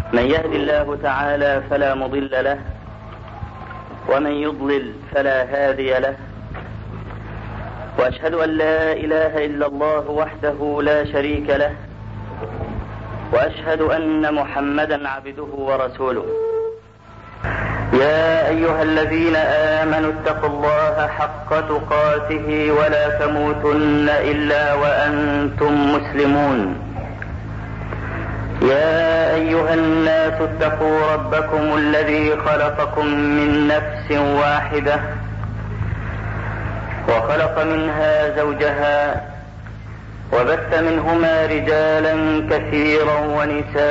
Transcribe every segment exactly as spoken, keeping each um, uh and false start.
من يهد الله تعالى فلا مضل له، ومن يضلل فلا هادي له، وأشهد أن لا إله إلا الله وحده لا شريك له، وأشهد أن محمدا عبده ورسوله. يا أيها الذين آمنوا اتقوا الله حق تقاته ولا تموتن إلا وأنتم مسلمون. يا أيها الناس اتقوا ربكم الذي خلقكم من نفس واحدة وخلق منها زوجها وبث منهما رجالا كثيرا ونساء،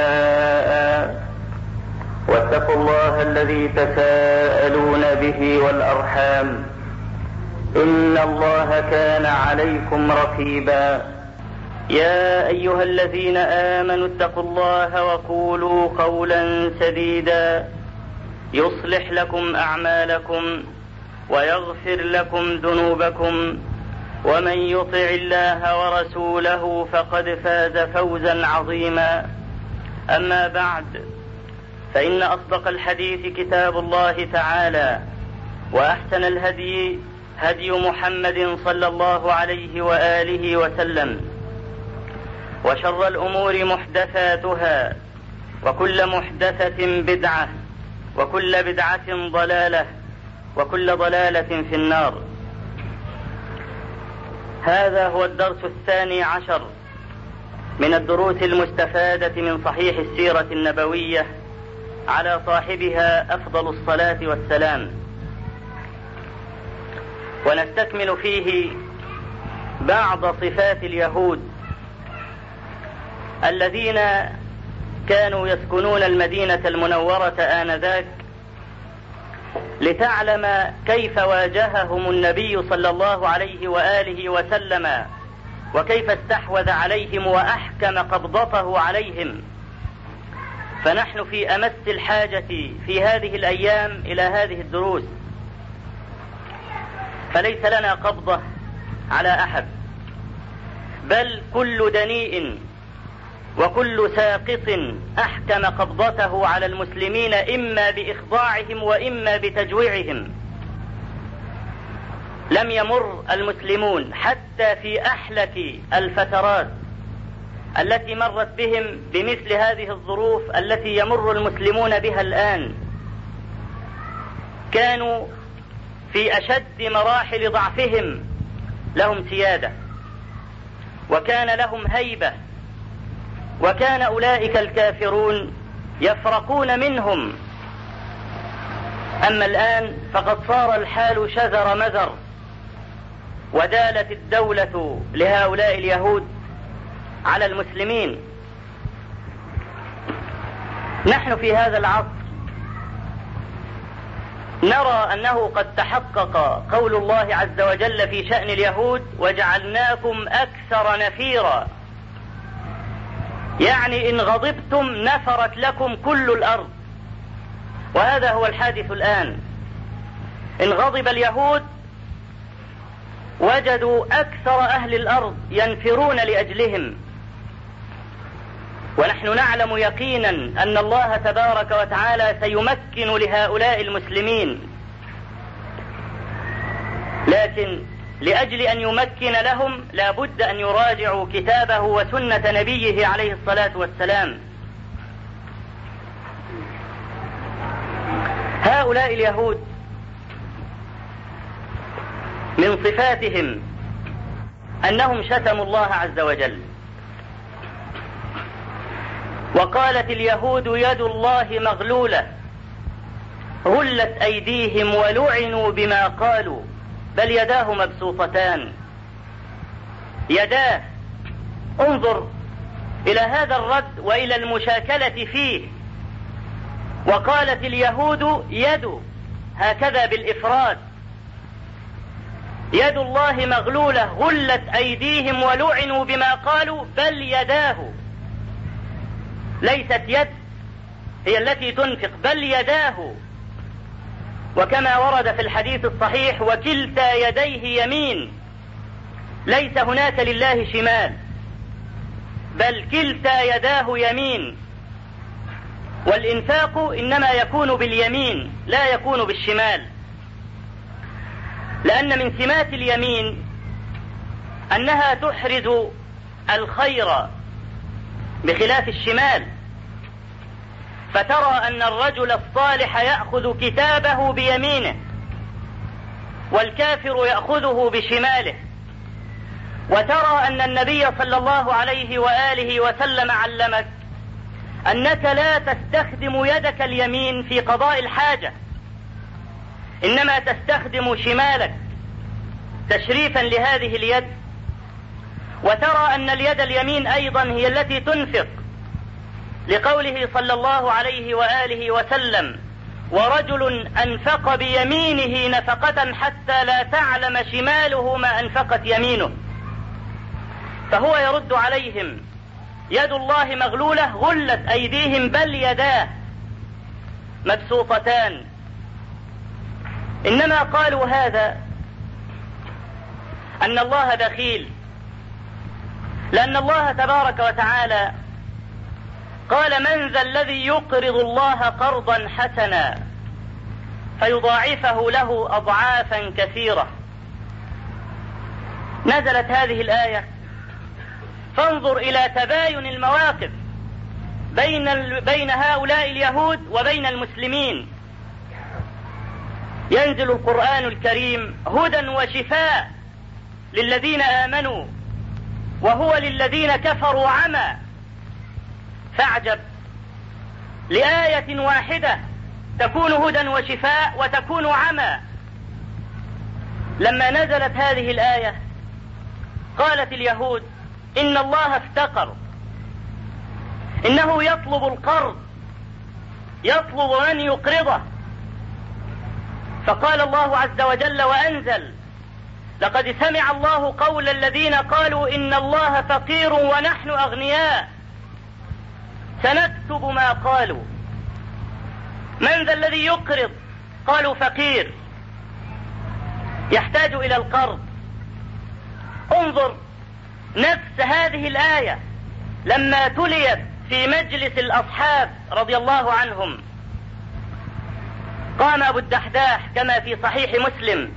واتقوا الله الذي تساءلون به والأرحام إن الله كان عليكم رقيبا. يا أيها الذين آمنوا اتقوا الله وقولوا قولا سديدا يصلح لكم أعمالكم ويغفر لكم ذنوبكم، ومن يطع الله ورسوله فقد فاز فوزا عظيما. أما بعد، فإن أصدق الحديث كتاب الله تعالى، وأحسن الهدي هدي محمد صلى الله عليه وآله وسلم، وشر الأمور محدثاتها، وكل محدثة بدعة، وكل بدعة ضلالة، وكل ضلالة في النار. هذا هو الدرس الثاني عشر من الدروس المستفادة من صحيح السيرة النبوية، على صاحبها أفضل الصلاة والسلام، ونستكمل فيه بعض صفات اليهود الذين كانوا يسكنون المدينة المنورة آنذاك، لتعلم كيف واجههم النبي صلى الله عليه وآله وسلم، وكيف استحوذ عليهم وأحكم قبضته عليهم. فنحن في أمس الحاجة في هذه الأيام إلى هذه الدروس، فليس لنا قبضة على أحد، بل كل دنيء وكل ساقط أحكم قبضته على المسلمين، إما بإخضاعهم وإما بتجويعهم. لم يمر المسلمون حتى في أحلك الفترات التي مرت بهم بمثل هذه الظروف التي يمر المسلمون بها الآن. كانوا في أشد مراحل ضعفهم لهم سيادة، وكان لهم هيبة، وكان أولئك الكافرون يفرقون منهم. أما الآن فقد صار الحال شذر مذر، ودالت الدولة لهؤلاء اليهود على المسلمين. نحن في هذا العصر نرى أنه قد تحقق قول الله عز وجل في شأن اليهود: وجعلناكم أكثر نفيرا، يعني إن غضبتم نفرت لكم كل الأرض. وهذا هو الحادث الآن. إن غضب اليهود وجدوا أكثر أهل الأرض ينفرون لأجلهم. ونحن نعلم يقينا أن الله تبارك وتعالى سيمكن لهؤلاء المسلمين، لكن لأجل أن يمكن لهم لا بد أن يراجعوا كتابه وسنة نبيه عليه الصلاة والسلام. هؤلاء اليهود من صفاتهم أنهم شتموا الله عز وجل، وقالت اليهود يد الله مغلولة غلت أيديهم ولعنوا بما قالوا بل يداه مبسوطتان. يداه، انظر إلى هذا الرد وإلى المشاكلة فيه. وقالت اليهود يد، هكذا بالإفراد، يد الله مغلولة غلت أيديهم ولعنوا بما قالوا بل يداه. ليست يد هي التي تنفق، بل يداه. وكما ورد في الحديث الصحيح: وكلتا يديه يمين، ليس هناك لله شمال، بل كلتا يداه يمين. والإنفاق إنما يكون باليمين لا يكون بالشمال، لأن من سمات اليمين أنها تحرز الخير بخلاف الشمال. فترى أن الرجل الصالح يأخذ كتابه بيمينه والكافر يأخذه بشماله. وترى أن النبي صلى الله عليه وآله وسلم علمك أنك لا تستخدم يدك اليمين في قضاء الحاجة، إنما تستخدم شمالك تشريفا لهذه اليد. وترى أن اليد اليمين أيضا هي التي تنفق، لقوله صلى الله عليه وآله وسلم: ورجل أنفق بيمينه نفقة حتى لا تعلم شماله ما أنفقت يمينه. فهو يرد عليهم: يد الله مغلولة غلت أيديهم بل يداه مبسوطتان. إنما قالوا هذا أن الله بخيل، لأن الله تبارك وتعالى قال: من ذا الذي يقرض الله قرضا حسنا فيضاعفه له أضعافا كثيرة. نزلت هذه الآية فانظر إلى تباين المواقف بين, ال... بين هؤلاء اليهود وبين المسلمين. ينزل القرآن الكريم هدى وشفاء للذين آمنوا، وهو للذين كفروا عمى. فاعجب لآية واحدة تكون هدى وشفاء وتكون عمى. لما نزلت هذه الآية قالت اليهود: إن الله افتقر، إنه يطلب القرض، يطلب من يقرضه. فقال الله عز وجل وأنزل: لقد سمع الله قول الذين قالوا إن الله فقير ونحن أغنياء سنكتب ما قالوا. من ذا الذي يقرض؟ قالوا فقير يحتاج إلى القرض. انظر نفس هذه الآية لما تليت في مجلس الأصحاب رضي الله عنهم، قام أبو الدحداح كما في صحيح مسلم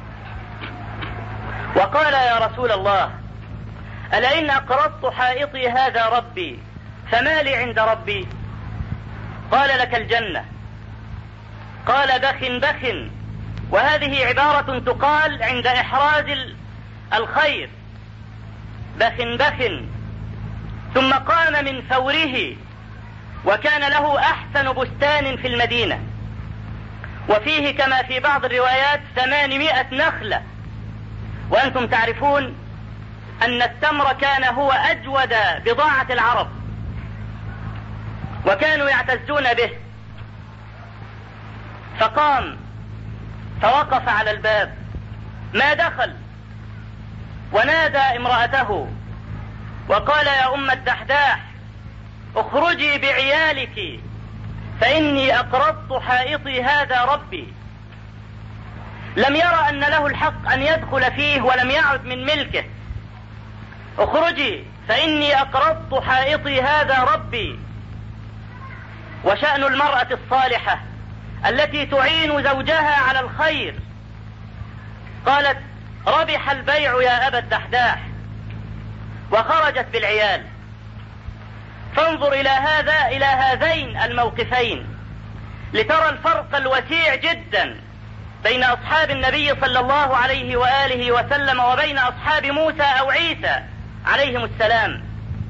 وقال: يا رسول الله، ألا إن أقرضت حائطي هذا ربي فما لي عند ربي؟ قال: لك الجنة. قال: بخ بخ. وهذه عبارة تقال عند إحراز الخير، بخ بخ. ثم قام من فوره، وكان له أحسن بستان في المدينة، وفيه كما في بعض الروايات ثمانمائة نخلة. وأنتم تعرفون أن التمر كان هو أجود بضاعة العرب، وكانوا يعتزون به. فقام فوقف على الباب، ما دخل، ونادى امرأته وقال: يا أم الدحداح، اخرجي بعيالك فإني أقرضت حائطي هذا ربي. لم يرى أن له الحق أن يدخل فيه ولم يعد من ملكه. اخرجي فإني أقرضت حائطي هذا ربي. وشأن المرأة الصالحة التي تعين زوجها على الخير، قالت: ربح البيع يا أبا الدحداح، وخرجت بالعيال. فانظر إلى هذا إلى هذين الموقفين لترى الفرق الوسيع جدا بين أصحاب النبي صلى الله عليه وآله وسلم وبين أصحاب موسى أو عيسى عليهم السلام.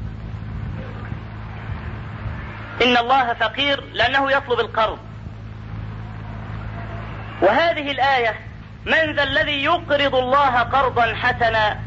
إن الله فقير لأنه يطلب القرض. وهذه الآية: من ذا الذي يقرض الله قرضا حسنا،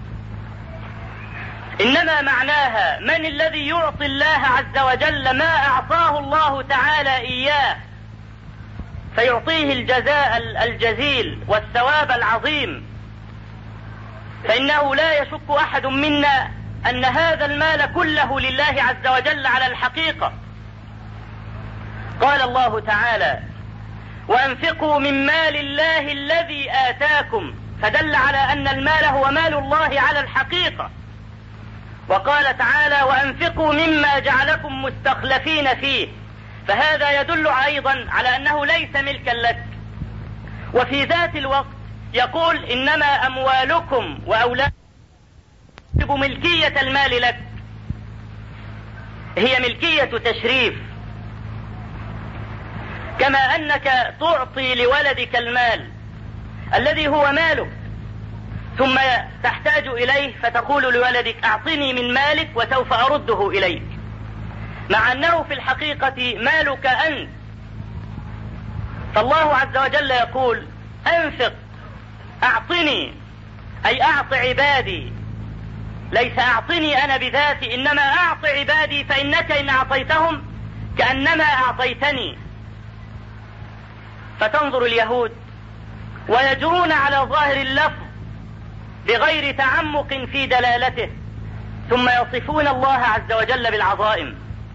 إنما معناها من الذي يعطي الله عز وجل ما أعطاه الله تعالى إياه، فيعطيه الجزاء الجزيل والثواب العظيم. فإنه لا يشك أحد منا أن هذا المال كله لله عز وجل على الحقيقة. قال الله تعالى: وأنفقوا من مال الله الذي آتاكم، فدل على أن المال هو مال الله على الحقيقة. وقال تعالى: وأنفقوا مما جعلكم مستخلفين فيه، فهذا يدل أيضا على أنه ليس ملكا لك. وفي ذات الوقت يقول إنما أموالكم وأولادكم ملكية المال لك، هي ملكية تشريف، كما أنك تعطي لولدك المال الذي هو مالك ثم تحتاج إليه فتقول لولدك أعطني من مالك وسوف أرده إليك، مع أنه في الحقيقة مالك أنت. فالله عز وجل يقول أنفق، أعطني، أي أعط عبادي، ليس أعطني أنا بذاتي، إنما أعط عبادي، فإنك إن أعطيتهم كأنما أعطيتني. فتنظر اليهود ويجرون على ظاهر اللفظ بغير تعمق في دلالته، ثم يصفون الله عز وجل بالعظائم.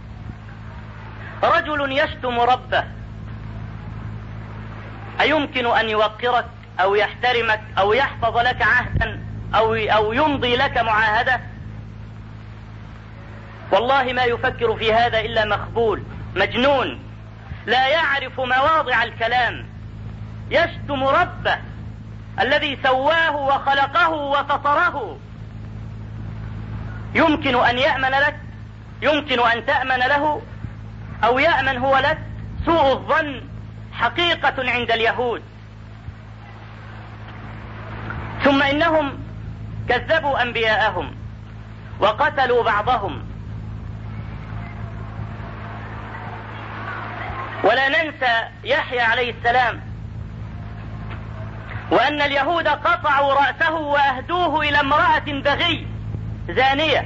رجل يشتم ربه أيمكن أن يوقرك أو يحترمك أو يحفظ لك عهدا أو, أو يمضي لك معاهدة؟ والله ما يفكر في هذا إلا مخبول مجنون لا يعرف مواضع الكلام. يشتم ربه الذي سواه وخلقه وفطره. يمكن أن يأمن لك، يمكن أن تأمن له، أو يأمن هو لك؟ سوء الظن حقيقة عند اليهود. ثم إنهم كذبوا أنبياءهم وقتلوا بعضهم. ولا ننسى يحيى عليه السلام، وأن اليهود قطعوا رأسه وأهدوه إلى امرأة بغي زانية.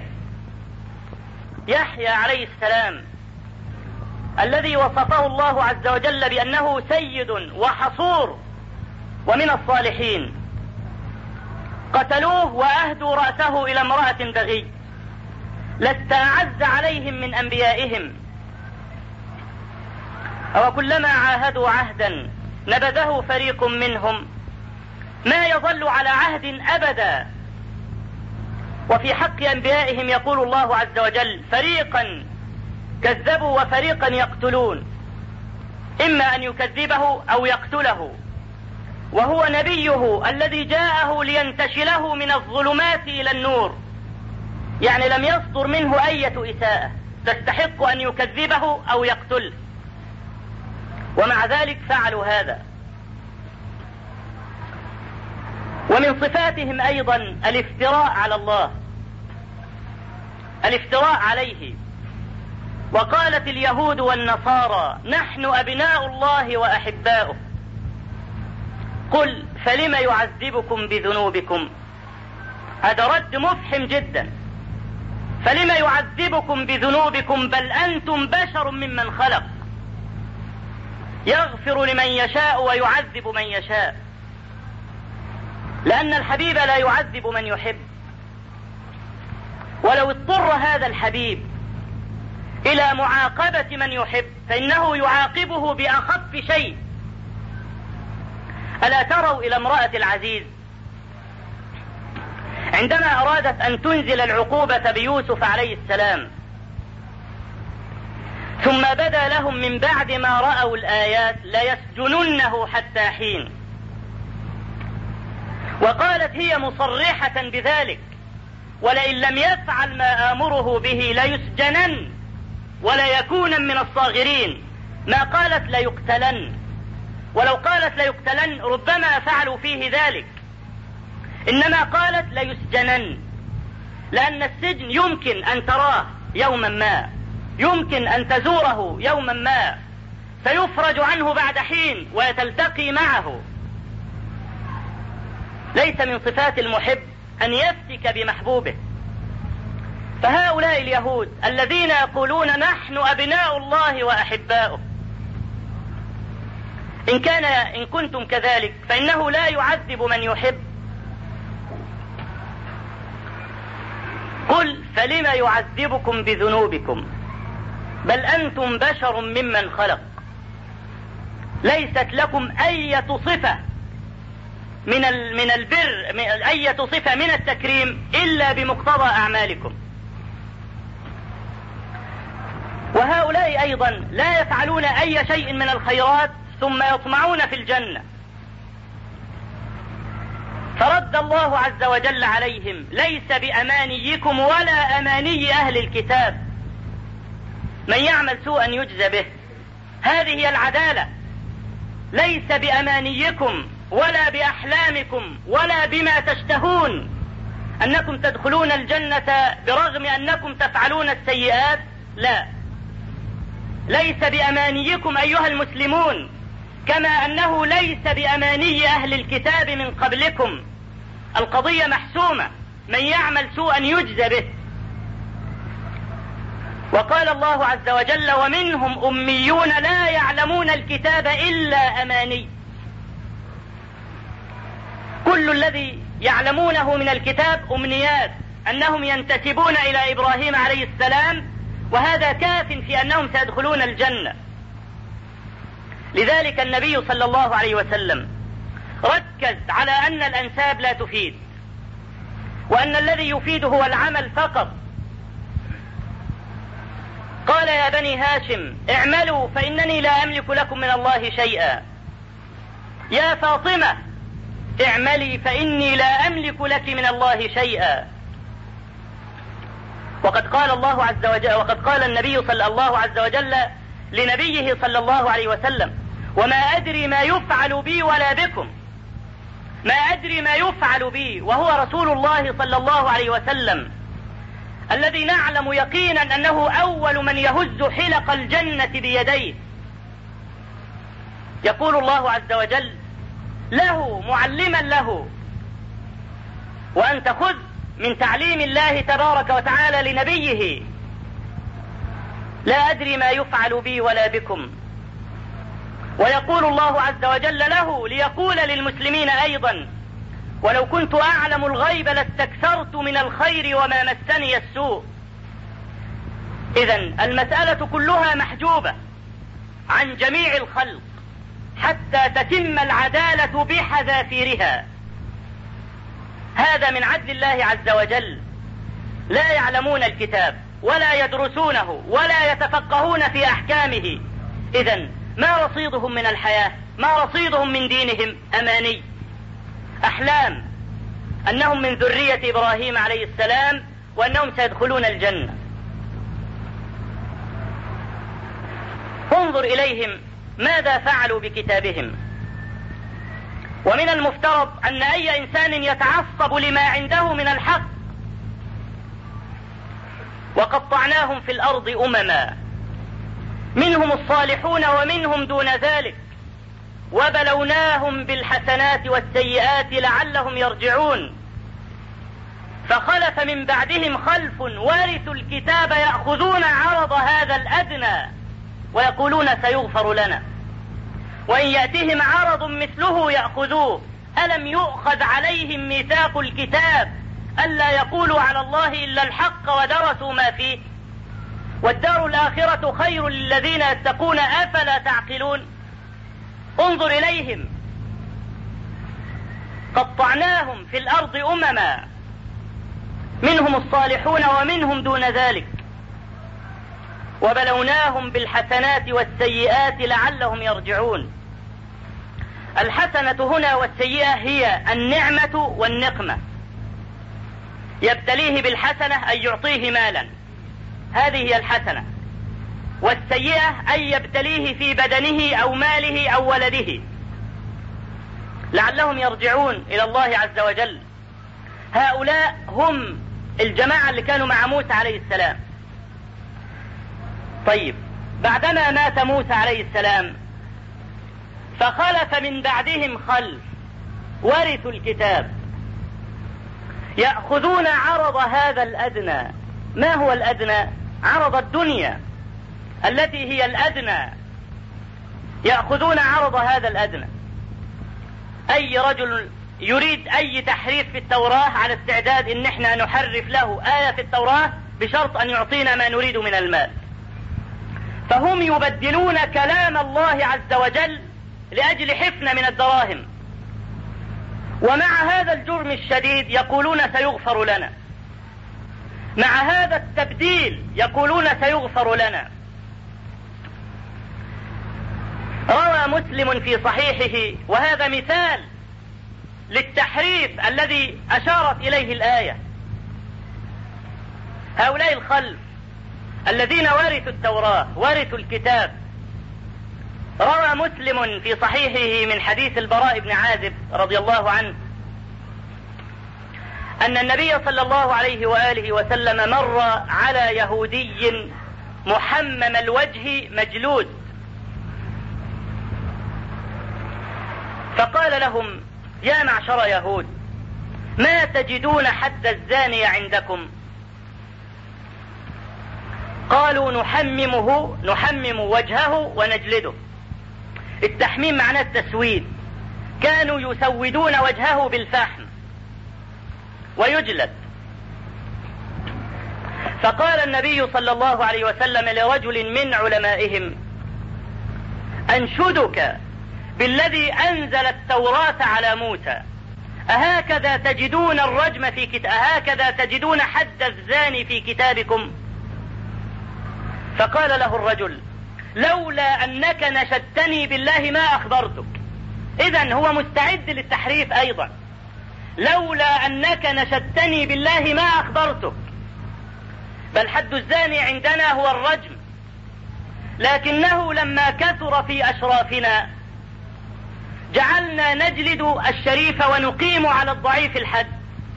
يحيى عليه السلام الذي وصفه الله عز وجل بأنه سيد وحصور ومن الصالحين، قتلوه وأهدوا رأسه إلى امرأة بغي. لست أعز عليهم من أنبيائهم. أو كلما عاهدوا عهدا نبذه فريق منهم، ما يظل على عهد أبدا. وفي حق أنبيائهم يقول الله عز وجل فريقا كذبوا وفريقا يقتلون، إما أن يكذبه أو يقتله، وهو نبيه الذي جاءه لينتشله من الظلمات إلى النور، يعني لم يصدر منه أية إساءة تستحق أن يكذبه أو يقتله، ومع ذلك فعلوا هذا. ومن صفاتهم أيضا الافتراء على الله، الافتراء عليه. وقالت اليهود والنصارى نحن أبناء الله وأحباؤه. قل فلم يعذبكم بذنوبكم؟ هذا رد مفحم جدا. فلم يعذبكم بذنوبكم بل أنتم بشر ممن خلق، يغفر لمن يشاء ويعذب من يشاء، لأن الحبيب لا يعذب من يحب. ولو اضطر هذا الحبيب إلى معاقبة من يحب فإنه يعاقبه بأخف شيء. ألا تروا إلى امرأة العزيز عندما أرادت أن تنزل العقوبة بيوسف عليه السلام، ثم بدا لهم من بعد ما رأوا الآيات ليسجننه حتى حين، وقالت هي مصرحة بذلك ولئن لم يفعل ما آمره به ليسجنن وليكون من الصاغرين. ما قالت ليقتلن، ولو قالت ليقتلن ربما فعلوا فيه ذلك، إنما قالت ليسجنن، لأن السجن يمكن أن تراه يوما ما، يمكن أن تزوره يوما ما، سيفرج عنه بعد حين وتلتقي معه. ليس من صفات المحب أن يفتك بمحبوبه. فهؤلاء اليهود الذين يقولون نحن أبناء الله وأحباؤه، إن كان إن كنتم كذلك فإنه لا يعذب من يحب. قل فلم يعذبكم بذنوبكم بل أنتم بشر ممن خلق. ليست لكم أية صفة من من البر، أية صفة من التكريم إلا بمقتضى أعمالكم. وهؤلاء هؤلاء أيضا لا يفعلون أي شيء من الخيرات ثم يطمعون في الجنة. فرد الله عز وجل عليهم: ليس بأمانيكم ولا أماني أهل الكتاب، من يعمل سوءا يجزى به. هذه هي العدالة. ليس بأمانيكم ولا بأحلامكم ولا بما تشتهون أنكم تدخلون الجنة برغم أنكم تفعلون السيئات، لا، ليس بأمانيكم أيها المسلمون، كما أنه ليس بأماني أهل الكتاب من قبلكم. القضية محسومة، من يعمل سوءا يجزى به. وقال الله عز وجل: ومنهم أميون لا يعلمون الكتاب إلا أماني. كل الذي يعلمونه من الكتاب أمنيات، أنهم ينتسبون إلى إبراهيم عليه السلام، وهذا كاف في أنهم سيدخلون الجنة. لذلك النبي صلى الله عليه وسلم ركز على أن الأنساب لا تفيد، وأن الذي يفيد هو العمل فقط. قال: يا بني هاشم اعملوا فإنني لا أملك لكم من الله شيئا. يا فاطمة اعملي فإني لا أملك لك من الله شيئا. وقد قال الله عز وجل وقد قال النبي صلى الله عز وجل لنبيه صلى الله عليه وسلم: وما أدري ما يفعل بي ولا بكم. ما أدري ما يفعل بي، وهو رسول الله صلى الله عليه وسلم الذي نعلم يقينا أنه أول من يهز حلق الجنة بيديه. يقول الله عز وجل له معلما له: وأنت خذ من تعليم الله تبارك وتعالى لنبيه: لا أدري ما يفعل بي ولا بكم. ويقول الله عز وجل له ليقول للمسلمين أيضا: ولو كنت أعلم الغيب لاستكثرت من الخير وما مسني السوء. إذن المسألة كلها محجوبة عن جميع الخلق حتى تتم العدالة بحذافيرها. هذا من عدل الله عز وجل. لا يعلمون الكتاب ولا يدرسونه ولا يتفقهون في أحكامه. إذن ما رصيدهم من الحياة؟ ما رصيدهم من دينهم؟ أماني، أحلام، أنهم من ذرية إبراهيم عليه السلام وأنهم سيدخلون الجنة. انظر إليهم ماذا فعلوا بكتابهم. ومن المفترض أن أي إنسان يتعصب لما عنده من الحق. وقطعناهم في الأرض أمما، منهم الصالحون ومنهم دون ذلك، وبلوناهم بالحسنات والسيئات لعلهم يرجعون. فخلف من بعدهم خلف ورثوا الكتاب يأخذون عرض هذا الأدنى ويقولون سيغفر لنا، وإن يأتهم عرض مثله يأخذوه. ألم يؤخذ عليهم ميثاق الكتاب ألا يقولوا على الله إلا الحق ودرسوا ما فيه؟ والدار الآخرة خير للذين يتقون، أفلا تعقلون؟ انظر إليهم، قطعناهم في الأرض أمما، منهم الصالحون ومنهم دون ذلك، وبلوناهم بالحسنات والسيئات لعلهم يرجعون. الحسنة هنا والسيئة هي النعمة والنقمة. يبتليه بالحسنة أي يعطيه مالا، هذه هي الحسنة. والسيئة أي يبتليه في بدنه أو ماله أو ولده لعلهم يرجعون إلى الله عز وجل. هؤلاء هم الجماعة اللي كانوا مع موسى عليه السلام. طيب، بعدما مات موسى عليه السلام فخلف من بعدهم خلف ورثوا الكتاب يأخذون عرض هذا الأدنى. ما هو الأدنى؟ عرض الدنيا التي هي الأدنى، يأخذون عرض هذا الأدنى. أي رجل يريد أي تحريف في التوراة على استعداد إن احنا نحرف له آية في التوراة بشرط أن يعطينا ما نريد من المال. فهم يبدلون كلام الله عز وجل لأجل حفنة من الدراهم، ومع هذا الجرم الشديد يقولون سيغفر لنا. مع هذا التبديل يقولون سيغفر لنا. روى مسلم في صحيحه، وهذا مثال للتحريف الذي أشارت إليه الآية. هؤلاء الخلف الذين ورثوا التوراة ورثوا الكتاب، روى مسلم في صحيحه من حديث البراء بن عازب رضي الله عنه أن النبي صلى الله عليه وآله وسلم مر على يهودي محمم الوجه مجلود، فقال لهم: يا معشر يهود، ما تجدون حد الزاني عندكم؟ قالوا: نحممه نحمم وجهه ونجلده. التحميم معناه التسويد، كانوا يسودون وجهه بالفحم ويجلد. فقال النبي صلى الله عليه وسلم لرجل من علمائهم: أنشدك بالذي أنزل التوراة على موسى، أهكذا تجدون الرجم في كتاب أهكذا تجدون حد الزاني في كتابكم؟ فقال له الرجل: لولا أنك نشدتني بالله ما أخبرتك. إذن هو مستعد للتحريف أيضا. لولا أنك نشدتني بالله ما أخبرتك. بل حد الزاني عندنا هو الرجم، لكنه لما كثر في أشرافنا جعلنا نجلد الشريف ونقيم على الضعيف الحد.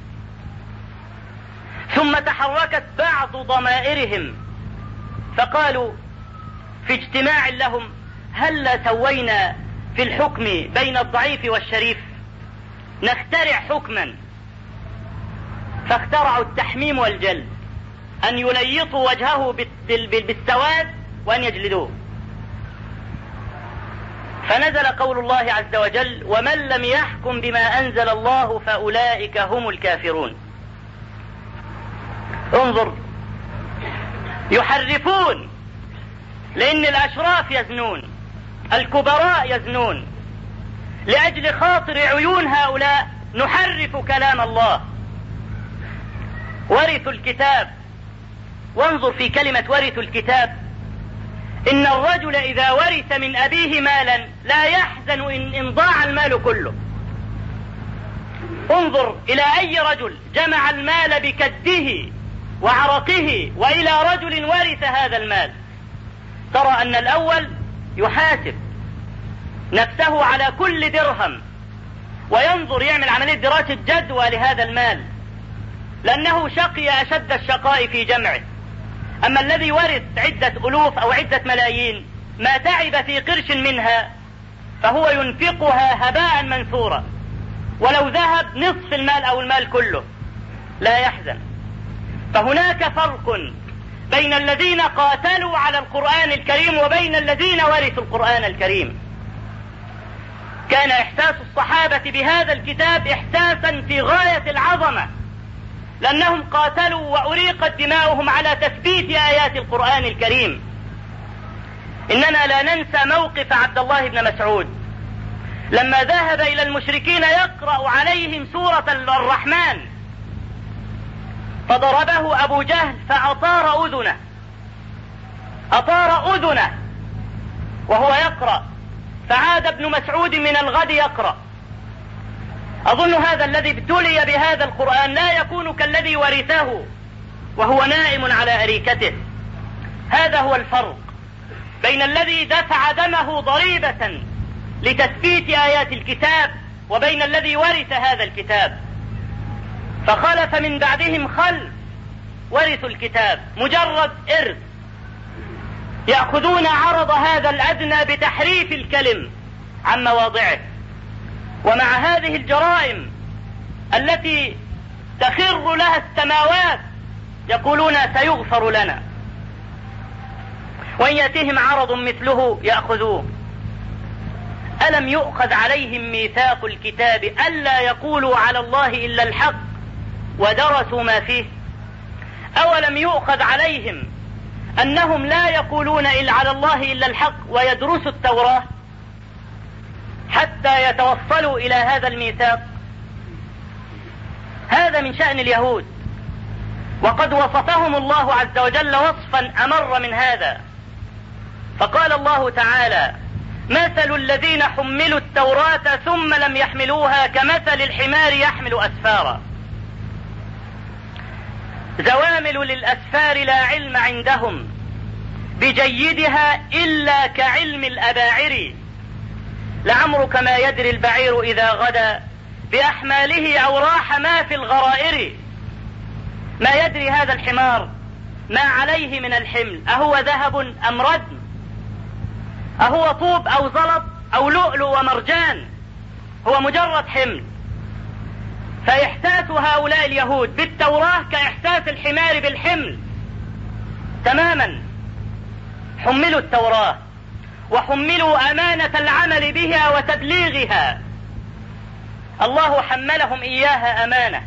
ثم تحركت بعض ضمائرهم فقالوا في اجتماع لهم: هل سوينا في الحكم بين الضعيف والشريف؟ نخترع حكما. فاخترعوا التحميم والجلد، أن يليطوا وجهه بالسواد وأن يجلدوه. فنزل قول الله عز وجل: ومن لم يحكم بما أنزل الله فأولئك هم الكافرون. انظر، يحرفون، لأن الأشراف يزنون، الكبراء يزنون، لأجل خاطر عيون هؤلاء نحرف كلام الله. ورثوا الكتاب. وانظر في كلمة ورثوا الكتاب، إن الرجل إذا ورث من أبيه مالا لا يحزن إن, إن ضاع المال كله. انظر إلى أي رجل جمع المال بكده وعرقه وإلى رجل ورث هذا المال، ترى أن الأول يحاسب نفسه على كل درهم وينظر، يعمل عملية دراسة جدوى لهذا المال، لأنه شقي أشد الشقاء في جمعه. أما الذي ورث عدة ألوف أو عدة ملايين ما تعب في قرش منها فهو ينفقها هباء منثورا، ولو ذهب نصف المال أو المال كله لا يحزن. فهناك فرق بين الذين قاتلوا على القرآن الكريم وبين الذين ورثوا القرآن الكريم. كان إحساس الصحابة بهذا الكتاب إحساسا في غاية العظمة، لأنهم قاتلوا وأريقت دماؤهم على تثبيت آيات القرآن الكريم. إننا لا ننسى موقف عبد الله بن مسعود لما ذهب إلى المشركين يقرأ عليهم سورة الرحمن، فضربه أبو جهل فأطار أذنه أطار أذنه وهو يقرأ، فعاد ابن مسعود من الغد يقرأ. أظن هذا الذي ابتلي بهذا القرآن لا يكون كالذي ورثه وهو نائم على أريكته. هذا هو الفرق بين الذي دفع دمه ضريبة لتثبيت آيات الكتاب وبين الذي ورث هذا الكتاب. فخلف من بعدهم خلف ورثوا الكتاب مجرد إرث، يأخذون عرض هذا الأدنى بتحريف الكلم عن مواضعه. ومع هذه الجرائم التي تخر لها السماوات يقولون سيغفر لنا، وإن يأتيهم عرض مثله يأخذوه. ألم يؤخذ عليهم ميثاق الكتاب ألا يقولوا على الله إلا الحق ودرسوا ما فيه؟ أولم يؤخذ عليهم أنهم لا يقولون إلا على الله إلا الحق ويدرسوا التوراة حتى يتوصلوا إلى هذا الميثاق؟ هذا من شأن اليهود، وقد وصفهم الله عز وجل وصفا أمر من هذا. فقال الله تعالى: مثل الذين حملوا التوراة ثم لم يحملوها كمثل الحمار يحمل أسفارا. زوامل للأسفار لا علم عندهم بجيدها إلا كعلم الأباعر. لعمرك ما يدري البعير إذا غدا بأحماله أو راح ما في الغرائر. ما يدري هذا الحمار ما عليه من الحمل، أهو ذهب أم ردم، أهو طوب أو زلط أو لؤلؤ ومرجان، هو مجرد حمل. فإحساس هؤلاء اليهود بالتوراة كإحساس الحمار بالحمل تماما. حملوا التوراة وحملوا أمانة العمل بها وتبليغها. الله حملهم إياها أمانة،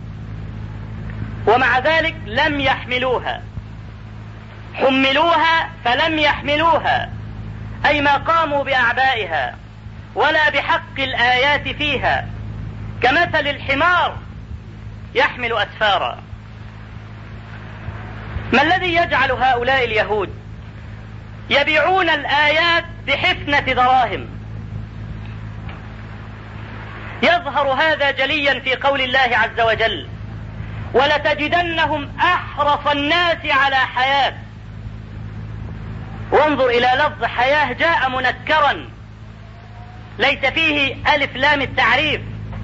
ومع ذلك لم يحملوها. حملوها فلم يحملوها، أي ما قاموا بأعبائها ولا بحق الآيات فيها، كمثل الحمار يحمل أسفارا. ما الذي يجعل هؤلاء اليهود يبيعون الآيات بحفنة دراهم؟ يظهر هذا جليا في قول الله عز وجل: ولتجدنهم أحرص الناس على حياة. وانظر إلى لفظ حياة، جاء منكرا ليس فيه ألف لام التعريف.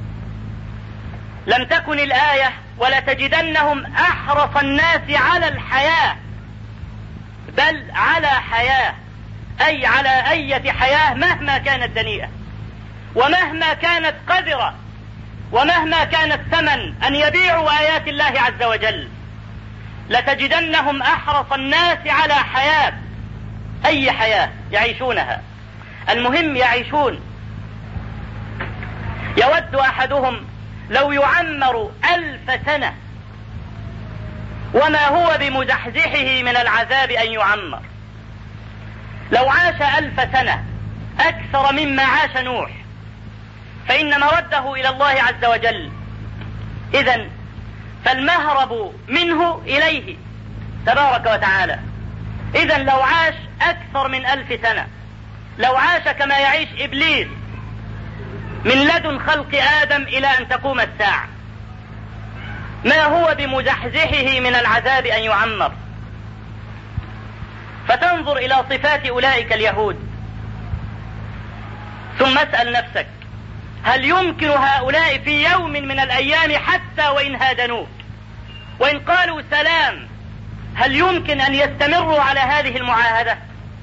لم تكن الآية ولتجدنهم أحرص الناس على الحياة، بل على حياة، أي على أية حياة مهما كانت دنيئة ومهما كانت قذرة ومهما كان الثمن أن يبيعوا آيات الله عز وجل. لتجدنهم أحرص الناس على حياة، أي حياة يعيشونها، المهم يعيشون. يود أحدهم لو يعمر ألف سنة وما هو بمزحزحه من العذاب أن يعمر. لو عاش ألف سنة أكثر مما عاش نوح فإن مرده إلى الله عز وجل. إذن فالمهرب منه إليه تبارك وتعالى. إذن لو عاش أكثر من ألف سنة، لو عاش كما يعيش إبليس من لدن خلق آدم إلى أن تقوم الساعة، ما هو بمزحزحه من العذاب أن يعمر. فتنظر إلى صفات أولئك اليهود ثم اسأل نفسك: هل يمكن هؤلاء في يوم من الأيام حتى وإن هادنوك وإن قالوا سلام، هل يمكن أن يستمروا على هذه المعاهدة؟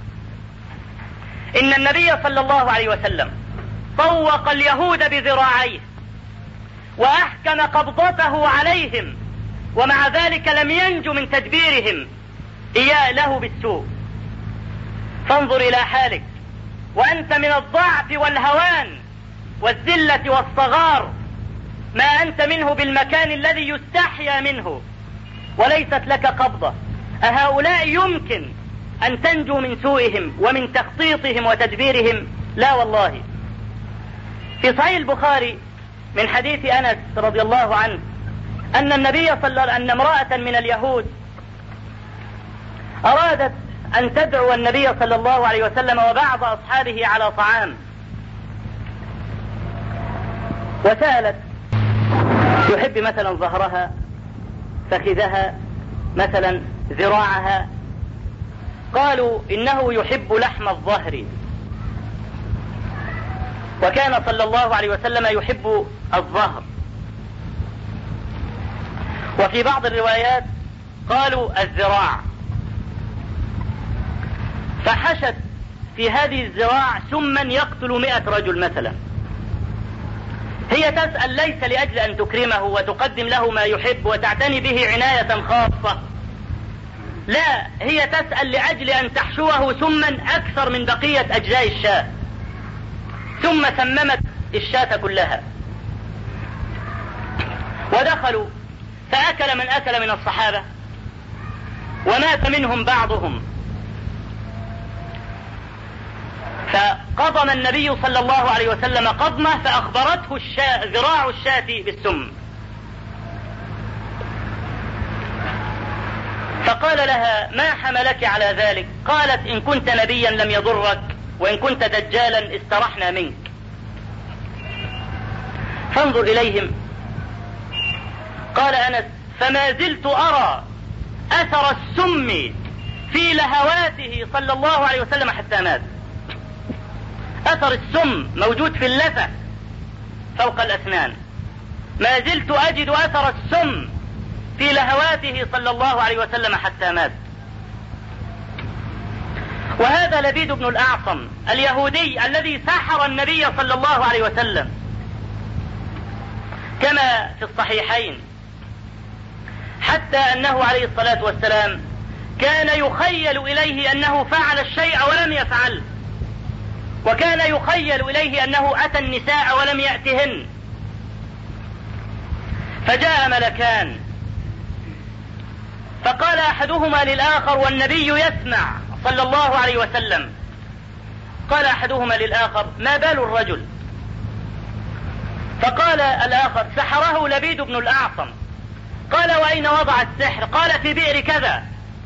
إن النبي صلى الله عليه وسلم طوق اليهود بذراعيه وأحكم قبضته عليهم، ومع ذلك لم ينجو من تدبيرهم إياه له بالسوء. فانظر إلى حالك وأنت من الضعف والهوان والذلة والصغار ما أنت منه بالمكان الذي يستحيا منه وليست لك قبضة. أهؤلاء يمكن أن تنجو من سوءهم ومن تخطيطهم وتدبيرهم؟ لا والله. في صحيح البخاري من حديث أنس رضي الله عنه أن النبي صلى الله عليه وسلم أن امرأة من اليهود أرادت أن تدعو النبي صلى الله عليه وسلم وبعض أصحابه على طعام، وسألت يحب مثلا ظهرها، فخذها، مثلا ذراعها. قالوا إنه يحب لحم الظهر، وكان صلى الله عليه وسلم يحب الظهر. وفي بعض الروايات قالوا الذراع. فحشت في هذه الذراع سما يقتل مئة رجل مثلا. هي تسأل ليس لأجل أن تكرمه وتقدم له ما يحب وتعتني به عناية خاصة، لا، هي تسأل لأجل أن تحشوه سما أكثر من بقية أجزاء الشاة. ثم سممت الشاة كلها ودخلوا فأكل من أكل من الصحابة ومات منهم بعضهم. فقضم النبي صلى الله عليه وسلم قضمة فأخبرته الشاة ذراع الشاة بالسم، فقال لها: ما حملك على ذلك؟ قالت: إن كنت نبيا لم يضرك وإن كنت دجالا استرحنا منك. فانظر إليهم. قال أنس: فما زلت أرى أثر السم في لهواته صلى الله عليه وسلم حتى مات. أثر السم موجود في اللثة فوق الأسنان، ما زلت أجد أثر السم في لهواته صلى الله عليه وسلم حتى مات. وهذا لبيد بن الأعصم اليهودي الذي سحر النبي صلى الله عليه وسلم، كما في الصحيحين، حتى أنه عليه الصلاة والسلام كان يخيل إليه أنه فعل الشيء ولم يفعل، وكان يخيل إليه أنه أتى النساء ولم يأتهن. فجاء ملكان فقال أحدهما للآخر والنبي يسمع صلى الله عليه وسلم، قال أحدهما للآخر: ما بال الرجل؟ فقال الآخر: سحره لبيد بن الأعصم. قال: وأين وضع السحر؟ قال: في بئر كذا.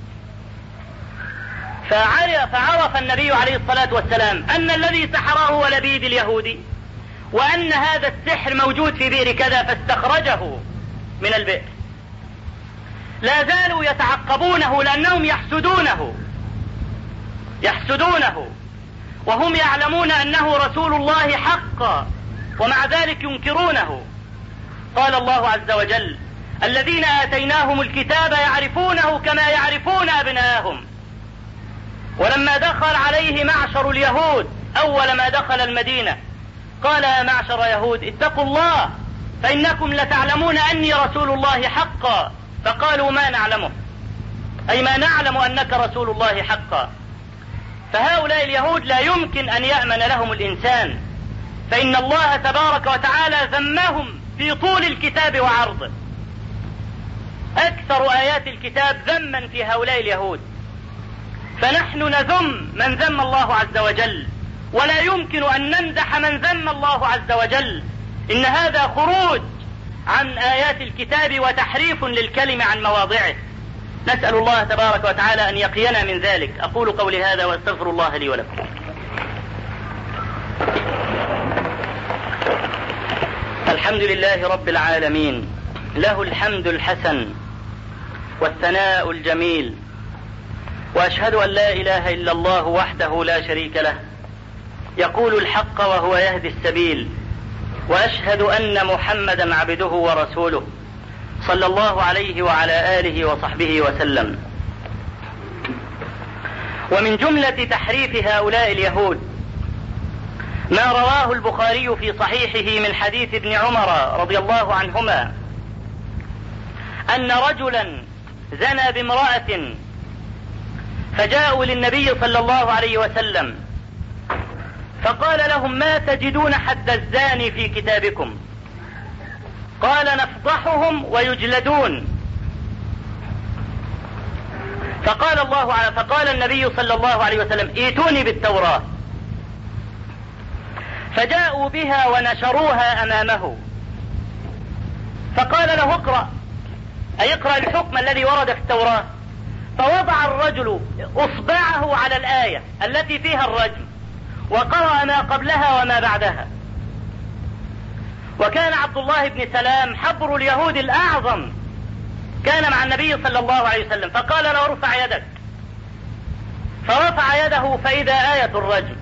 فعرف النبي عليه الصلاة والسلام أن الذي سحره هو لبيد اليهودي، وأن هذا السحر موجود في بئر كذا، فاستخرجه من البئر. لا زالوا يتعقبونه لأنهم يحسدونه يحسدونه وهم يعلمون أنه رسول الله حقا، ومع ذلك ينكرونه. قال الله عز وجل: الذين آتيناهم الكتاب يعرفونه كما يعرفون أبناءهم. ولما دخل عليه معشر اليهود أول ما دخل المدينة قال: يا معشر يهود اتقوا الله فإنكم لتعلمون أني رسول الله حقا. فقالوا: ما نعلمه، أي ما نعلم أنك رسول الله حقا. فهؤلاء اليهود لا يمكن أن يأمن لهم الإنسان، فإن الله تبارك وتعالى ذمهم في طول الكتاب وعرضه. أكثر آيات الكتاب ذما في هؤلاء اليهود، فنحن نذم من ذم الله عز وجل، ولا يمكن أن نمدح من ذم الله عز وجل. إن هذا خروج عن آيات الكتاب وتحريف للكلمة عن مواضعه. نسأل الله تبارك وتعالى أن يقينا من ذلك. أقول قولي هذا وأستغفر الله لي ولكم. الحمد لله رب العالمين، له الحمد الحسن والثناء الجميل، وأشهد أن لا إله إلا الله وحده لا شريك له، يقول الحق وهو يهدي السبيل، وأشهد أن محمدا عبده ورسوله صلى الله عليه وعلى آله وصحبه وسلم. ومن جملة تحريف هؤلاء اليهود ما رواه البخاري في صحيحه من حديث ابن عمر رضي الله عنهما أن رجلا زنى بامرأة، فجاءوا للنبي صلى الله عليه وسلم فقال لهم: ما تجدون حد الزاني في كتابكم؟ قال: نفضحهم ويجلدون. فقال الله على فقال النبي صلى الله عليه وسلم: ائتوني بالتوراة. فجاءوا بها ونشروها أمامه، فقال له: اقرأ، أي اقرأ الحكم الذي ورد في التوراة. فوضع الرجل أصبعه على الآية التي فيها الرجم، وقرأ ما قبلها وما بعدها. وكان عبد الله بن سلام حبر اليهود الأعظم، كان مع النبي صلى الله عليه وسلم، فقال له: ارفع يدك. فرفع يده فإذا آية الرجم،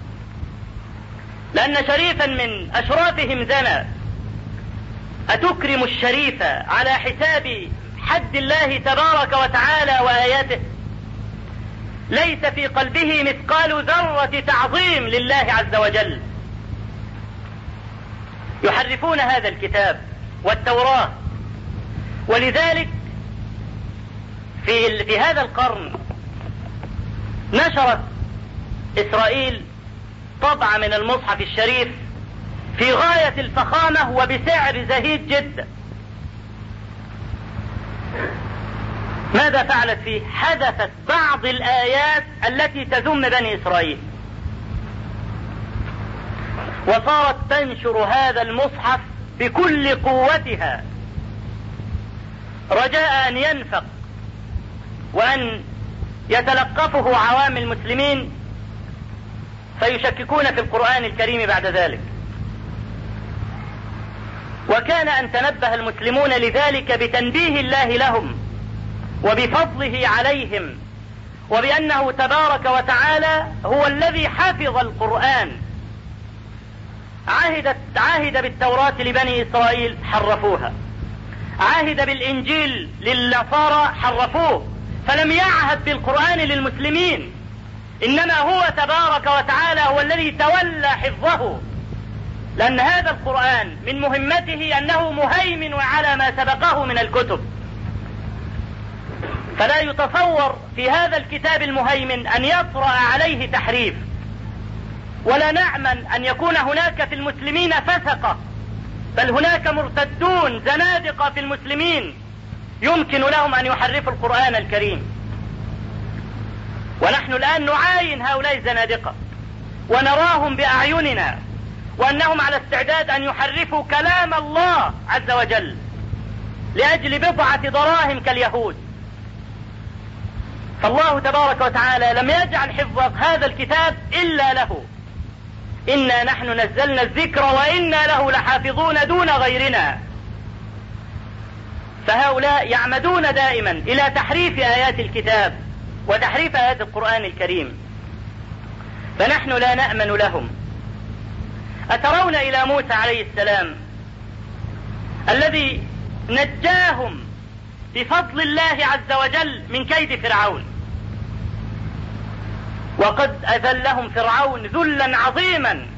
لأن شريفا من أشرافهم زنى. أتكرم الشريف على حساب حد الله تبارك وتعالى وآياته؟ ليس في قلبه مثقال ذرة تعظيم لله عز وجل. يحرفون هذا الكتاب والتوراة. ولذلك في, في هذا القرن نشرت إسرائيل طبعة من المصحف الشريف في غاية الفخامة وبسعر زهيد جدا. ماذا فعلت فيه؟ حذفت بعض الآيات التي تذم بني إسرائيل، وصارت تنشر هذا المصحف بكل قوتها رجاء أن ينفق وأن يتلقفه عوام المسلمين فيشككون في القرآن الكريم بعد ذلك. وكان أن تنبه المسلمون لذلك بتنبيه الله لهم وبفضله عليهم، وبأنه تبارك وتعالى هو الذي حفظ القرآن. عهدت عهد بالتوراة لبني إسرائيل حرفوها، عهد بالإنجيل للنصارى حرفوه، فلم يعهد بالقرآن للمسلمين، إنما هو تبارك وتعالى هو الذي تولى حفظه، لأن هذا القرآن من مهمته أنه مهيمن على ما سبقه من الكتب، فلا يتصور في هذا الكتاب المهيمن أن يطرأ عليه تحريف، ولا نأمن أن يكون هناك في المسلمين فسقة، بل هناك مرتدون زنادقة في المسلمين يمكن لهم أن يحرفوا القرآن الكريم. ونحن الآن نعاين هؤلاء الزنادقة ونراهم بأعيننا، وأنهم على استعداد أن يحرفوا كلام الله عز وجل لأجل بضعة دراهم كاليهود. فالله تبارك وتعالى لم يجعل حفظ هذا الكتاب إلا له، إنا نحن نزلنا الذكر وإنا له لحافظون دون غيرنا. فهؤلاء يعمدون دائما إلى تحريف آيات الكتاب وتحريف آيات القرآن الكريم، فنحن لا نأمن لهم. أترون إلى موسى عليه السلام الذي نجاهم بفضل الله عز وجل من كيد فرعون، وقد أذلهم فرعون ذلا عظيما.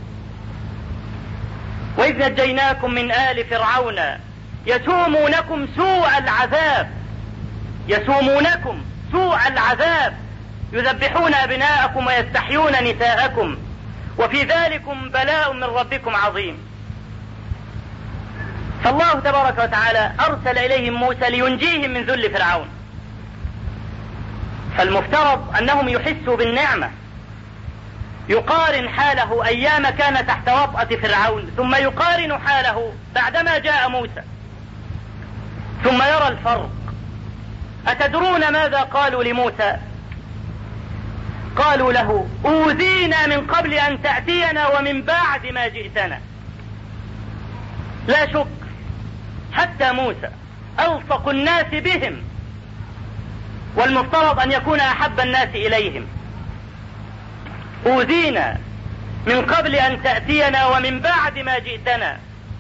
وإذ نجيناكم من آل فرعون يسومونكم سوء العذاب، يسومونكم سوء العذاب يذبحون أبناءكم ويستحيون نساءكم وفي ذلكم بلاء من ربكم عظيم. فالله تبارك وتعالى أرسل إليهم موسى لينجيهم من ذل فرعون، فالمفترض أنهم يحسوا بالنعمة، يقارن حاله أيام كان تحت وطأة فرعون ثم يقارن حاله بعدما جاء موسى، ثم يرى الفرق. أتدرون ماذا قالوا لموسى؟ قالوا له أوذينا من قبل أن تأتينا ومن بعد ما جئتنا. لا شك حتى موسى ألصق الناس بهم، والمفترض أن يكون أحب الناس إليهم. أوذينا من قبل أن تأتينا ومن بعد ما جئتنا.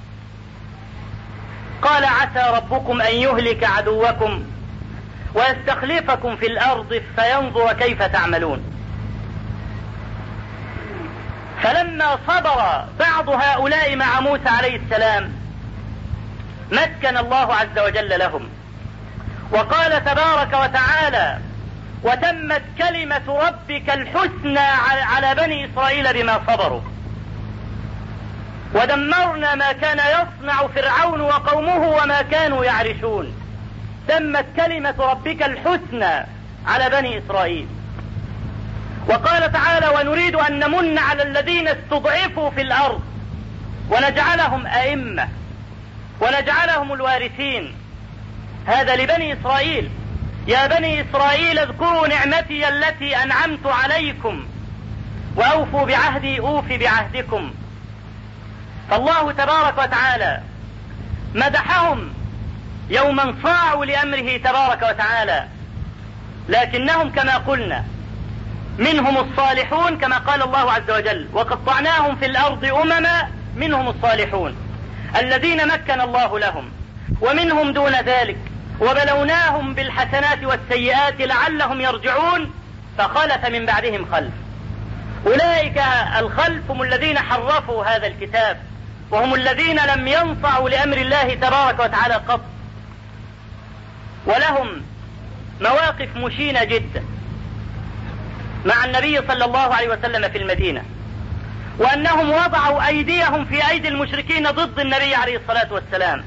قال عسى ربكم أن يهلك عدوكم ويستخلفكم في الأرض فينظر كيف تعملون. فلما صبر بعض هؤلاء مع موسى عليه السلام مكن الله عز وجل لهم، وقال تبارك وتعالى وتمت كلمة ربك الحسنى على بني إسرائيل بما صبروا ودمرنا ما كان يصنع فرعون وقومه وما كانوا يعرشون. تمت كلمة ربك الحسنى على بني إسرائيل. وقال تعالى ونريد أن نمن على الذين استضعفوا في الأرض ونجعلهم أئمة ونجعلهم الوارثين. هذا لبني إسرائيل. يا بني إسرائيل اذكروا نعمتي التي أنعمت عليكم وأوفوا بعهدي أوف بعهدكم. فالله تبارك وتعالى مدحهم يوم انصاعوا لأمره تبارك وتعالى، لكنهم كما قلنا منهم الصالحون كما قال الله عز وجل وقطعناهم في الأرض أمما، منهم الصالحون الذين مكن الله لهم، ومنهم دون ذلك وبلوناهم بالحسنات والسيئات لعلهم يرجعون فخلف من بعدهم خلف. أولئك الخلف هم الذين حرفوا هذا الكتاب، وهم الذين لم ينصعوا لأمر الله تبارك وتعالى قط، ولهم مواقف مشينة جدا مع النبي صلى الله عليه وسلم في المدينة، وأنهم وضعوا أيديهم في أيدي المشركين ضد النبي عليه الصلاة والسلام.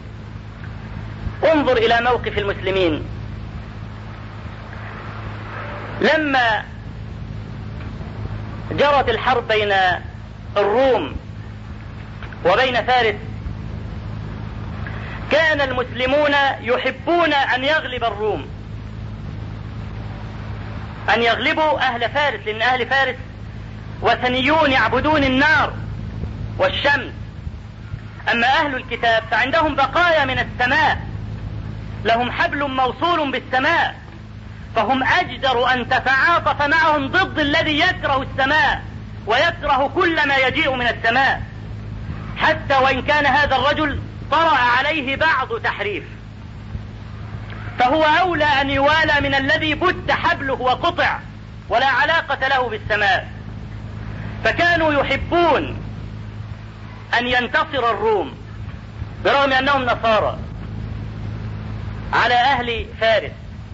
انظر إلى موقف المسلمين لما جرت الحرب بين الروم وبين فارس. كان المسلمون يحبون أن يغلب الروم، أن يغلبوا أهل فارس، لأن أهل فارس وثنيون يعبدون النار والشمس. أما أهل الكتاب فعندهم بقايا من السماء، لهم حبل موصول بالسماء، فهم أجدر أن تتعاطف معهم ضد الذي يكره السماء ويكره كل ما يجيء من السماء، حتى وإن كان هذا الرجل طرأ عليه بعض تحريف، فهو أولى أن يوالى من الذي بت حبله وقطع ولا علاقة له بالسماء. فكانوا يحبون أن ينتصر الروم برغم أنهم نصارى على أهل فارس،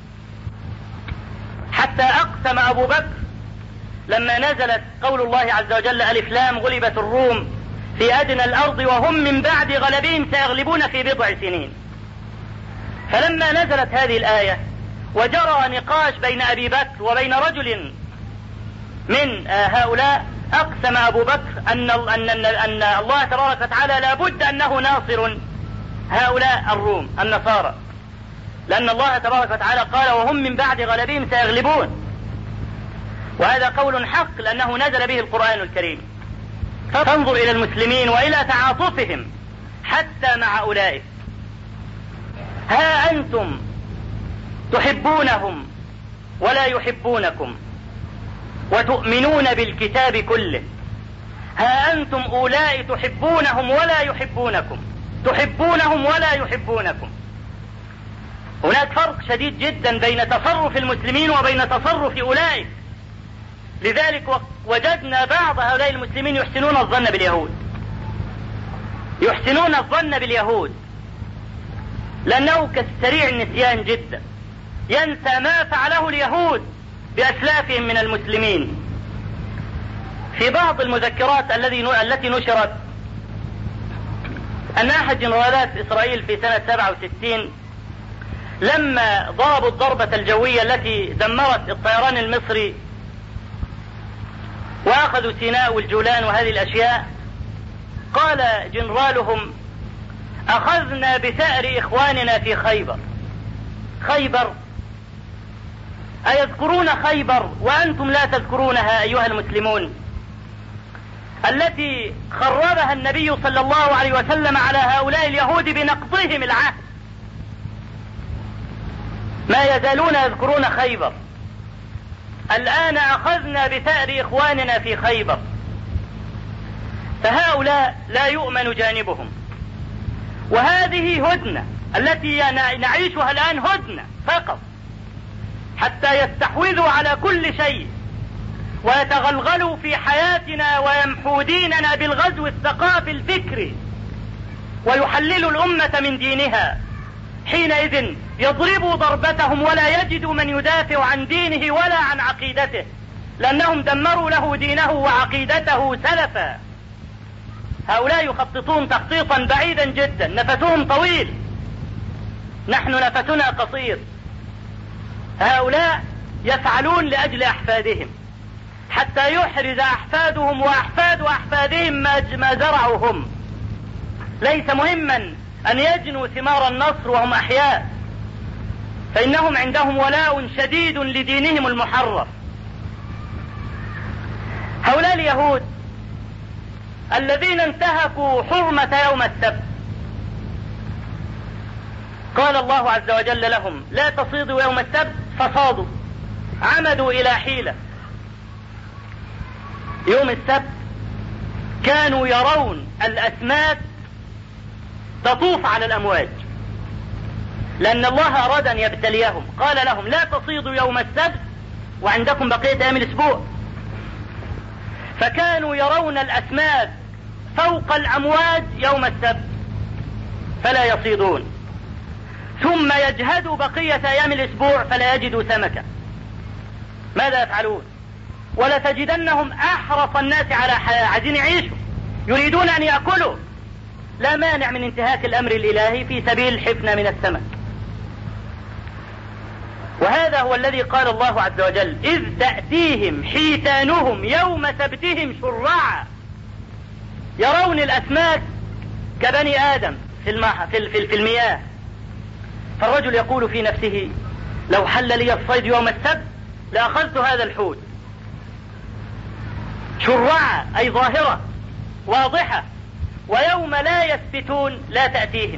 حتى أقسم أبو بكر لما نزلت قول الله عز وجل ألف لام غلبت الروم في أدنى الأرض وهم من بعد غلبهم سيغلبون في بضع سنين. فلما نزلت هذه الآية وجرى نقاش بين أبي بكر وبين رجل من هؤلاء، أقسم أبو بكر أن, أن, أن الله تبارك وتعالى لابد أنه ناصر هؤلاء الروم النصارى، لأن الله تبارك وتعالى قال وهم من بعد غلبهم سيغلبون، وهذا قول حق لأنه نزل به القرآن الكريم. فانظر إلى المسلمين وإلى تعاطفهم حتى مع أولئك. ها أنتم تحبونهم ولا يحبونكم وتؤمنون بالكتاب كله، ها أنتم أولئك تحبونهم ولا يحبونكم، تحبونهم ولا يحبونكم. هناك فرق شديد جدا بين تصرف المسلمين وبين تصرف أولئك. لذلك وجدنا بعض هؤلاء المسلمين يحسنون الظن باليهود، يحسنون الظن باليهود لأنه كسريع النسيان جدا، ينسى ما فعله اليهود بأسلافهم من المسلمين. في بعض المذكرات التي نشرت أن أحد جنرالات إسرائيل في سنة سبعة وستين لما ضربوا الضربة الجوية التي دمرت الطيران المصري وأخذوا سيناء والجولان وهذه الأشياء، قال جنرالهم أخذنا بثأر إخواننا في خيبر. خيبر أيذكرون خيبر وأنتم لا تذكرونها أيها المسلمون، التي خربها النبي صلى الله عليه وسلم على هؤلاء اليهود بنقضهم العهد؟ ما يزالون يذكرون خيبر. الآن أخذنا بثأر إخواننا في خيبر. فهؤلاء لا يؤمن جانبهم، وهذه هدنة التي نعيشها الآن هدنة فقط حتى يستحوذوا على كل شيء ويتغلغلوا في حياتنا ويمحوا ديننا بالغزو الثقافي الفكري ويحللوا الأمة من دينها. حينئذ يضربوا ضربتهم ولا يجدوا من يدافع عن دينه ولا عن عقيدته، لأنهم دمروا له دينه وعقيدته سلفا. هؤلاء يخططون تخطيطا بعيدا جدا، نفسهم طويل، نحن نفسنا قصير. هؤلاء يفعلون لأجل أحفادهم حتى يحرز أحفادهم وأحفاد أحفادهم ما زرعوا هم. ليس مهما أن يجنوا ثمار النصر وهم أحياء، فإنهم عندهم ولاء شديد لدينهم المحرف. هؤلاء اليهود الذين انتهكوا حرمة يوم السبت، قال الله عز وجل لهم لا تصيدوا يوم السبت، فصادوا، عمدوا إلى حيلة. يوم السبت كانوا يرون الأسماك تطوف على الأمواج، لأن الله أراد أن يبتليهم. قال لهم لا تصيدوا يوم السبت وعندكم بقية أيام الأسبوع. فكانوا يرون الأسماك فوق الأمواج يوم السبت فلا يصيدون، ثم يجهدوا بقية أيام الأسبوع فلا يجدوا سمكة. ماذا يفعلون؟ ولتجدنهم أحرص الناس على حياة، عايزين يعيشوا، يريدون أن يأكلوا. لا مانع من انتهاك الأمر الإلهي في سبيل الحفنة من السمك. وهذا هو الذي قال الله عز وجل إذ تأتيهم حيتانهم يوم سبتهم شرعا. يرون الأسماك كبني آدم في, المح... في, في, في المياه. فالرجل يقول في نفسه لو حل لي الصيد يوم السبت لأخذت هذا الحوت. شرعة أي ظاهرة واضحة، ويوم لا يثبتون لا تأتيهم.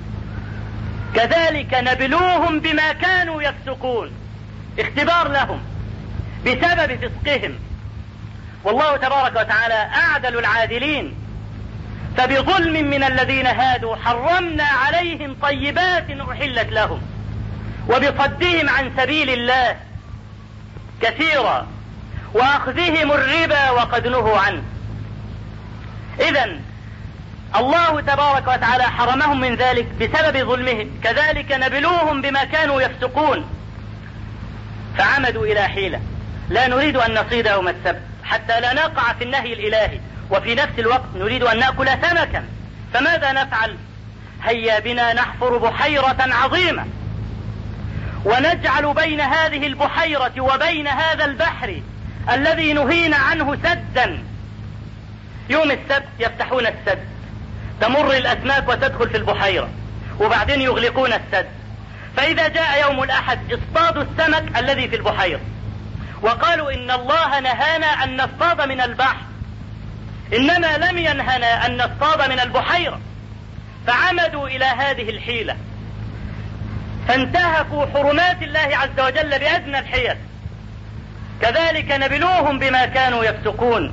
كذلك نبلوهم بما كانوا يفسقون، اختبار لهم بسبب فسقهم. والله تبارك وتعالى أعدل العادلين، فبظلم من الذين هادوا حرمنا عليهم طيبات أحلت لهم، وبصدهم عن سبيل الله كثيرا، وأخذهم الربا وقد نهوا عنه. إذن الله تبارك وتعالى حرمهم من ذلك بسبب ظلمهم. كذلك نبلوهم بما كانوا يفسقون، فعمدوا إلى حيلة. لا نريد أن نصيد يوم السبت حتى لا نقع في النهي الإلهي، وفي نفس الوقت نريد أن نأكل سمكا، فماذا نفعل؟ هيا بنا نحفر بحيرة عظيمة، ونجعل بين هذه البحيرة وبين هذا البحر الذي نهينا عنه سدا. يوم السبت يفتحون السد، تمر الأسماك وتدخل في البحيرة، وبعدين يغلقون السد. فإذا جاء يوم الأحد اصطادوا السمك الذي في البحيرة، وقالوا إن الله نهانا أن نصطاد من البحر، إنما لم ينهنا أن نصطاد من البحيرة. فعمدوا إلى هذه الحيلة، فانتهكوا حرمات الله عز وجل بأدنى الحيل. كذلك نبلوهم بما كانوا يفسقون.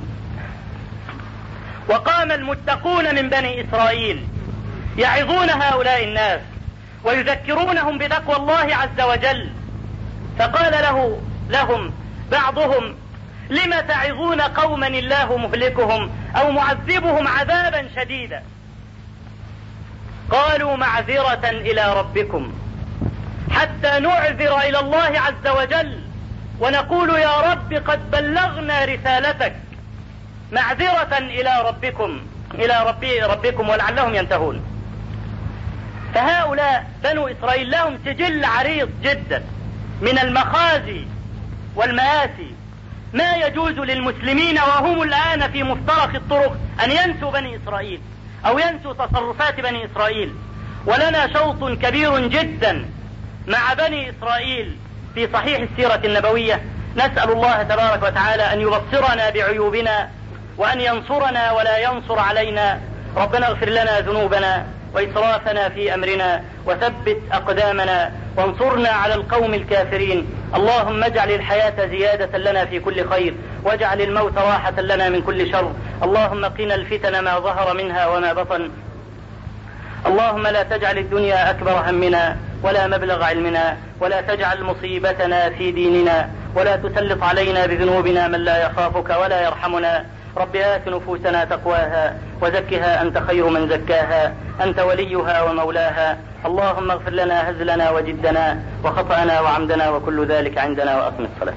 وقام المتقون من بني إسرائيل يعظون هؤلاء الناس ويذكرونهم بتقوى الله عز وجل، فقال له لهم بعضهم: لم تعظون قوما الله مهلكهم أو معذبهم عذابا شديدا؟ قالوا: معذرة إلى ربكم، حتى نعذر إلى الله عز وجل ونقول: يا رب قد بلغنا رسالتك. معذرة إلى ربكم إلى ربي ربكم ولعلهم ينتهون. فهؤلاء بنو إسرائيل لهم سجل عريض جدا من المخازي والمآسي، ما يجوز للمسلمين وهم الآن في مفترق الطرق أن ينسوا بني إسرائيل أو ينسوا تصرفات بني إسرائيل. ولنا شوط كبير جدا مع بني إسرائيل في صحيح السيرة النبوية. نسأل الله تبارك وتعالى أن يبصرنا بعيوبنا وأن ينصرنا ولا ينصر علينا. ربنا اغفر لنا ذنوبنا وإسرافنا في أمرنا وثبت أقدامنا وانصرنا على القوم الكافرين. اللهم اجعل الحياة زيادة لنا في كل خير، واجعل الموت راحة لنا من كل شر. اللهم قنا الفتن ما ظهر منها وما بطن. اللهم لا تجعل الدنيا أكبر همنا ولا مبلغ علمنا، ولا تجعل مصيبتنا في ديننا، ولا تسلط علينا بذنوبنا من لا يخافك ولا يرحمنا. رب آت نفوسنا تقواها وزكها أنت خير من زكاها، أنت وليها ومولاها. اللهم اغفر لنا هزلنا وجدنا وخطأنا وعمدنا وكل ذلك عندنا، وأقم الصلاة.